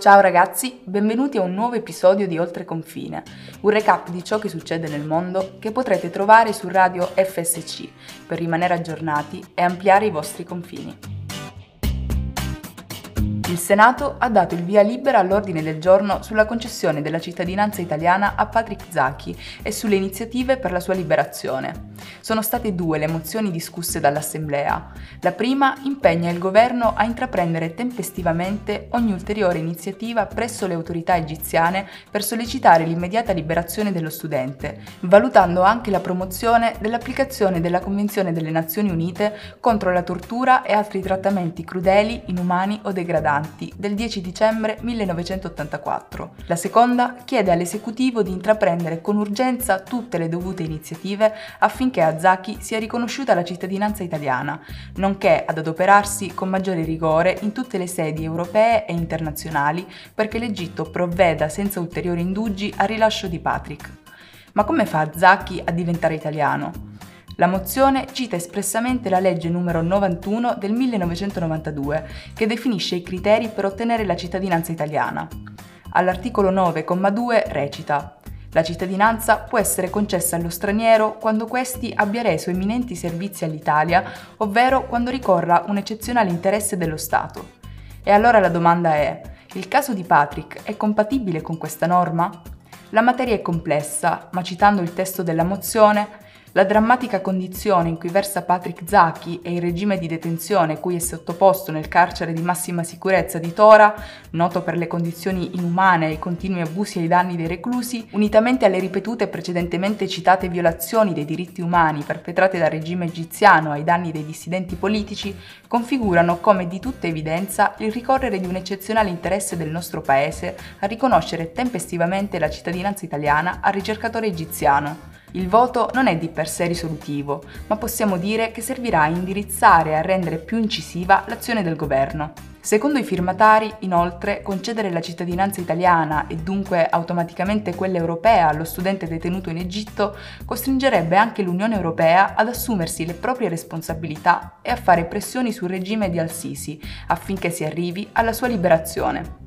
Ciao ragazzi, benvenuti a un nuovo episodio di Oltre Confine, un recap di ciò che succede nel mondo che potrete trovare su Radio FSC per rimanere aggiornati e ampliare i vostri confini. Il Senato ha dato il via libera all'ordine del giorno sulla concessione della cittadinanza italiana a Patrick Zaki e sulle iniziative per la sua liberazione. Sono state due le mozioni discusse dall'Assemblea. La prima impegna il governo a intraprendere tempestivamente ogni ulteriore iniziativa presso le autorità egiziane per sollecitare l'immediata liberazione dello studente, valutando anche la promozione dell'applicazione della Convenzione delle Nazioni Unite contro la tortura e altri trattamenti crudeli, inumani o degradanti del 10 dicembre 1984. La seconda chiede all'esecutivo di intraprendere con urgenza tutte le dovute iniziative affinché a Zaki sia riconosciuta la cittadinanza italiana, nonché ad adoperarsi con maggiore rigore in tutte le sedi europee e internazionali perché l'Egitto provveda senza ulteriori indugi al rilascio di Patrick. Ma come fa Zaki a diventare italiano? La mozione cita espressamente la legge numero 91 del 1992, che definisce i criteri per ottenere la cittadinanza italiana. All'articolo 9,2 recita: la cittadinanza può essere concessa allo straniero quando questi abbia reso eminenti servizi all'Italia, ovvero quando ricorra un eccezionale interesse dello Stato. E allora la domanda è: il caso di Patrick è compatibile con questa norma? La materia è complessa, ma citando il testo della mozione, la drammatica condizione in cui versa Patrick Zaki e il regime di detenzione cui è sottoposto nel carcere di massima sicurezza di Tora, noto per le condizioni inumane e i continui abusi ai danni dei reclusi, unitamente alle ripetute precedentemente citate violazioni dei diritti umani perpetrate dal regime egiziano ai danni dei dissidenti politici, configurano come di tutta evidenza il ricorrere di un eccezionale interesse del nostro Paese a riconoscere tempestivamente la cittadinanza italiana al ricercatore egiziano. Il voto non è di per sé risolutivo, ma possiamo dire che servirà a indirizzare e a rendere più incisiva l'azione del governo. Secondo i firmatari, inoltre, concedere la cittadinanza italiana e dunque automaticamente quella europea allo studente detenuto in Egitto costringerebbe anche l'Unione Europea ad assumersi le proprie responsabilità e a fare pressioni sul regime di al-Sisi affinché si arrivi alla sua liberazione.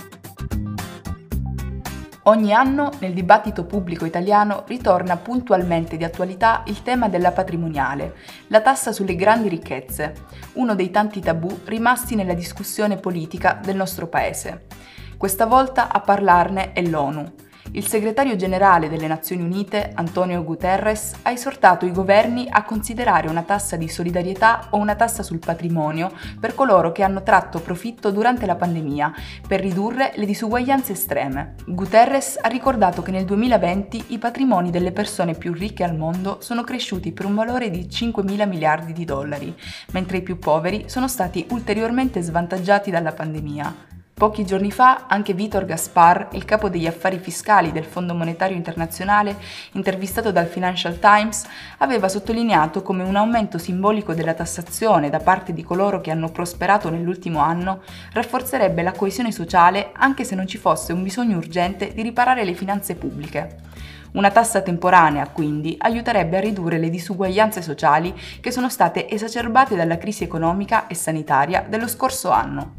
Ogni anno nel dibattito pubblico italiano ritorna puntualmente di attualità il tema della patrimoniale, la tassa sulle grandi ricchezze, uno dei tanti tabù rimasti nella discussione politica del nostro Paese. Questa volta a parlarne è l'ONU. Il segretario generale delle Nazioni Unite, Antonio Guterres, ha esortato i governi a considerare una tassa di solidarietà o una tassa sul patrimonio per coloro che hanno tratto profitto durante la pandemia, per ridurre le disuguaglianze estreme. Guterres ha ricordato che nel 2020 i patrimoni delle persone più ricche al mondo sono cresciuti per un valore di 5.000 miliardi di dollari, mentre i più poveri sono stati ulteriormente svantaggiati dalla pandemia. Pochi giorni fa anche Vitor Gaspar, il capo degli affari fiscali del Fondo Monetario Internazionale, intervistato dal Financial Times, aveva sottolineato come un aumento simbolico della tassazione da parte di coloro che hanno prosperato nell'ultimo anno rafforzerebbe la coesione sociale anche se non ci fosse un bisogno urgente di riparare le finanze pubbliche. Una tassa temporanea, quindi, aiuterebbe a ridurre le disuguaglianze sociali che sono state esacerbate dalla crisi economica e sanitaria dello scorso anno.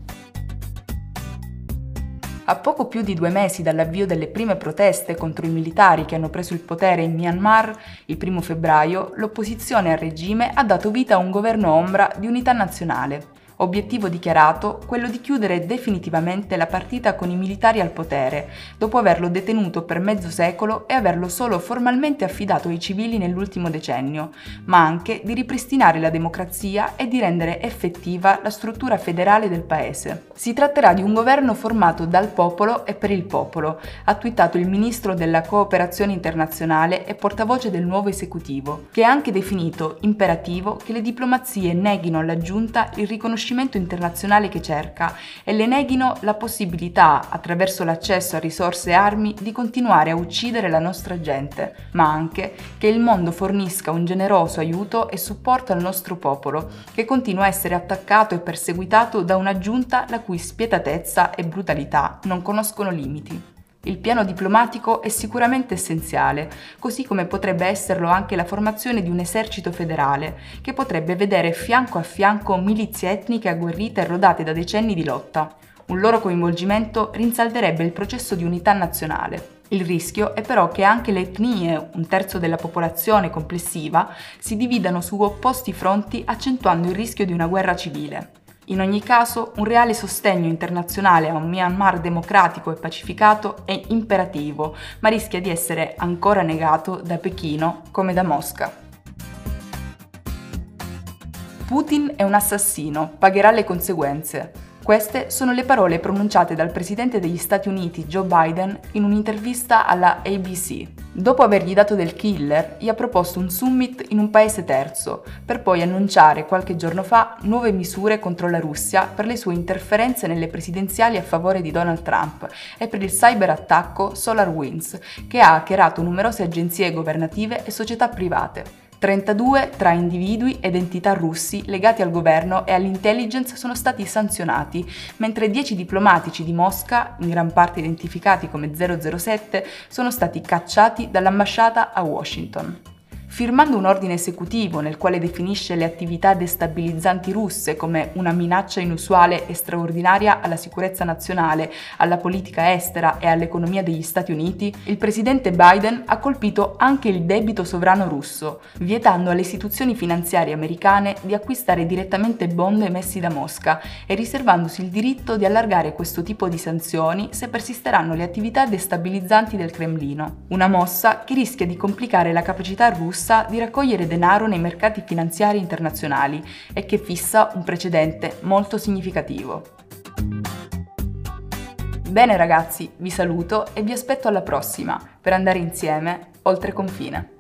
A poco più di 2 mesi dall'avvio delle prime proteste contro i militari che hanno preso il potere in Myanmar, il 1 febbraio, l'opposizione al regime ha dato vita a un governo ombra di unità nazionale. Obiettivo dichiarato quello di chiudere definitivamente la partita con i militari al potere, dopo averlo detenuto per mezzo secolo e averlo solo formalmente affidato ai civili nell'ultimo decennio, ma anche di ripristinare la democrazia e di rendere effettiva la struttura federale del paese. Si tratterà di un governo formato dal popolo e per il popolo, ha twittato il ministro della cooperazione internazionale e portavoce del nuovo esecutivo, che ha anche definito imperativo che le diplomazie neghino alla giunta il riconoscimento internazionale che cerca e le neghino la possibilità, attraverso l'accesso a risorse e armi, di continuare a uccidere la nostra gente, ma anche che il mondo fornisca un generoso aiuto e supporto al nostro popolo, che continua a essere attaccato e perseguitato da una giunta la cui spietatezza e brutalità non conoscono limiti. Il piano diplomatico è sicuramente essenziale, così come potrebbe esserlo anche la formazione di un esercito federale, che potrebbe vedere fianco a fianco milizie etniche agguerrite e rodate da decenni di lotta. Un loro coinvolgimento rinsalderebbe il processo di unità nazionale. Il rischio è però che anche le etnie, un terzo della popolazione complessiva, si dividano su opposti fronti, accentuando il rischio di una guerra civile. In ogni caso, un reale sostegno internazionale a un Myanmar democratico e pacificato è imperativo, ma rischia di essere ancora negato da Pechino come da Mosca. Putin è un assassino, pagherà le conseguenze. Queste sono le parole pronunciate dal presidente degli Stati Uniti Joe Biden in un'intervista alla ABC. Dopo avergli dato del killer, gli ha proposto un summit in un paese terzo, per poi annunciare qualche giorno fa nuove misure contro la Russia per le sue interferenze nelle presidenziali a favore di Donald Trump e per il cyberattacco SolarWinds, che ha hackerato numerose agenzie governative e società private. 32 tra individui ed entità russi legati al governo e all'intelligence sono stati sanzionati, mentre 10 diplomatici di Mosca, in gran parte identificati come 007, sono stati cacciati dall'ambasciata a Washington. Firmando un ordine esecutivo nel quale definisce le attività destabilizzanti russe come una minaccia inusuale e straordinaria alla sicurezza nazionale, alla politica estera e all'economia degli Stati Uniti, il presidente Biden ha colpito anche il debito sovrano russo, vietando alle istituzioni finanziarie americane di acquistare direttamente bond emessi da Mosca e riservandosi il diritto di allargare questo tipo di sanzioni se persisteranno le attività destabilizzanti del Cremlino. Una mossa che rischia di complicare la capacità russa di raccogliere denaro nei mercati finanziari internazionali e che fissa un precedente molto significativo. Bene ragazzi, vi saluto e vi aspetto alla prossima per andare insieme oltre confine.